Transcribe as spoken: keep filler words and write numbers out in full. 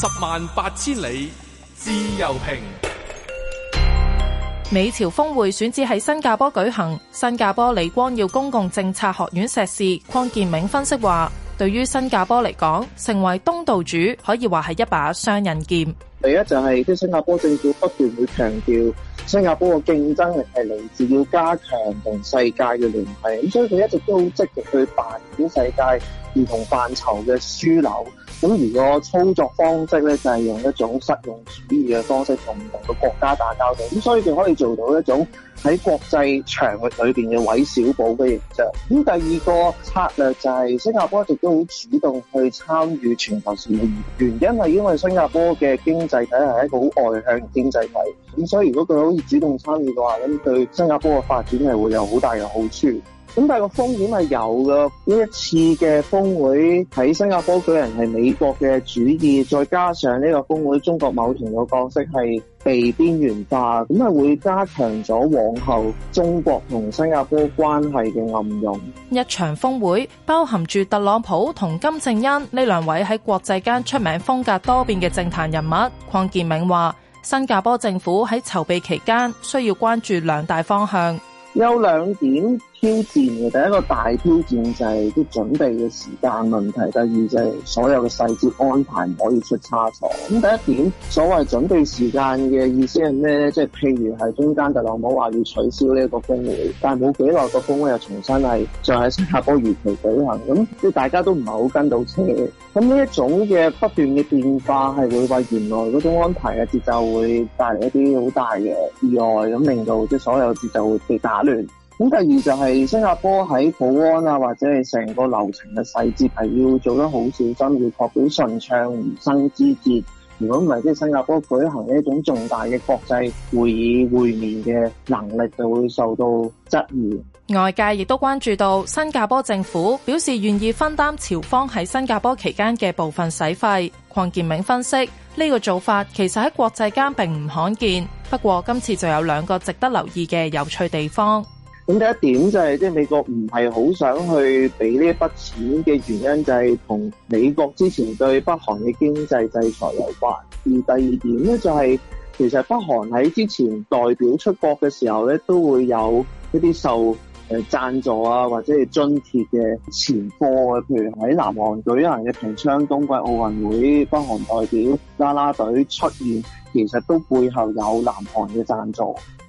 十萬八千里自由評。 美朝峰會選址喺新加坡舉行，新加坡李光耀公共政策學院碩士鄺健銘分析話，對於新加坡嚟講，成為東道主可以話係一把雙刃劍。 第一就係即係新加坡政府不斷會強調新加坡嘅競爭力係嚟自要加強同世界嘅聯繫，咁所以佢一直都好積極去扮演世界唔同範疇嘅樞紐。咁而個操作方式咧就係用一種實用主義嘅方式同唔同嘅國家打交道，咁所以佢可以做到一種喺國際場域裏邊嘅韋小寶嘅形象。咁第二個策略就係新加坡一直都好主動去參與全球事務，原因係因為新加坡嘅經濟體係一個好外向經濟體，咁所以如果佢可以主動參與嘅話，咁對新加坡嘅發展係會有好大嘅好處。咁但係個風險係有㗎，呢一次嘅峰會喺新加坡舉行係美國嘅主意，再加上呢個峰會中國某程度角色係被邊緣化，咁係會加強咗往後中國同新加坡關係嘅暗湧。 一場峰會包含住特朗普同金正恩呢兩位喺國際間出名風格多變嘅政壇人物。鄺健銘話，新加坡政府喺籌備期間需要關注兩大方向。 有兩點挑戰嘅，第一個大挑戰就係啲準備嘅時間問題，第二就係所有嘅細節安排唔可以出差錯。咁第一點，所謂準備時間嘅意思係咩咧？即係譬如係中間特朗普話要取消呢一個峰會，但係冇幾耐個峰會又重新係再喺新加坡如期舉行，咁即係大家都唔係好跟到車。咁呢一種嘅不斷嘅變化係會為原來嗰種安排嘅節奏會帶嚟一啲好大嘅意外，咁令到即係所有節奏會被打亂。咁第二就係新加坡喺保安啊，或者係成個流程嘅細節係要做得好小心，要確保順暢而生枝節。如果唔係，即係新加坡舉行一種重大嘅國際會議會面嘅能力就會受到質疑。 外界亦都關注到新加坡政府表示願意分擔朝方喺新加坡期間嘅部分使費。鄺健銘分析，呢個做法其實喺國際間並唔罕見，不過今次就有兩個值得留意嘅有趣地方。 咁第一點就係即係美國唔係好想去俾呢一筆錢嘅原因，就係同美國之前對北韓嘅經濟制裁有關。而第二點咧就係其實北韓喺之前代表出國嘅時候咧，都會有一啲受誒贊助啊或者係津貼嘅前科嘅，譬如喺南韓舉行嘅平昌冬季奧運會，北韓代表啦啦隊出現，其實都背後有南韓嘅贊助。